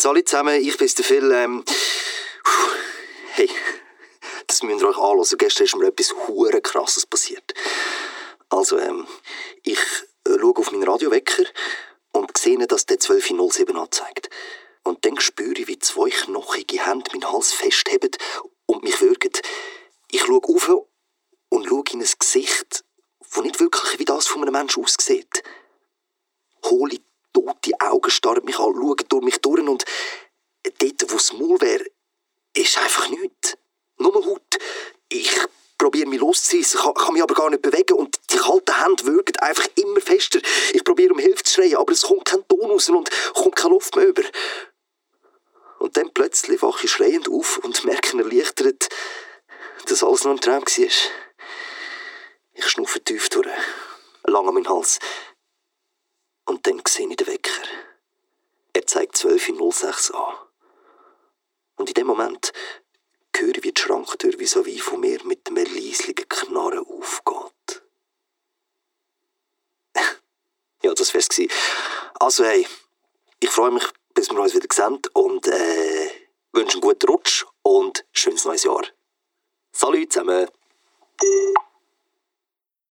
Salut zusammen, ich bin's der Phil. Hey, das müsst ihr euch anhören. Gestern ist mir etwas hure Krasses passiert. Also, ich schaue auf meinen Radiowecker und sehe, dass der 12:07 anzeigt. Und dann spüre ich, wie zwei knochige Hände meinen Hals festheben und mich würgen. Ich schaue auf und schaue in ein Gesicht, das nicht wirklich wie das von einem Menschen aussieht. Hohle, tote Augen starren mich an, schauen durch mich durch und dort, wo das Maul wäre, ist einfach nichts. Nur Haut. Ich probiere mich loszureissen, kann mich aber gar nicht bewegen und die kalten Hände würgen einfach immer fester. Ich probiere um Hilfe zu schreien, aber es kommt kein Ton raus und kommt keine Luft mehr über. Und dann plötzlich wache ich schreiend auf und merke erleichtert, dass alles nur ein Traum war. Ich schnaufe tief durch, lang an meinen Hals. Und dann sehe ich den Wecker. Er zeigt 12:06 an. Und in dem Moment höre ich, wie die Schranktür vis-à-vis von mir mit einem leislichen Knarren aufgeht. Ja, das wär's gewesen. Also hey, ich freue mich, bis wir uns wieder sehen und wünsche einen guten Rutsch und schönes neues Jahr. Salut zusammen!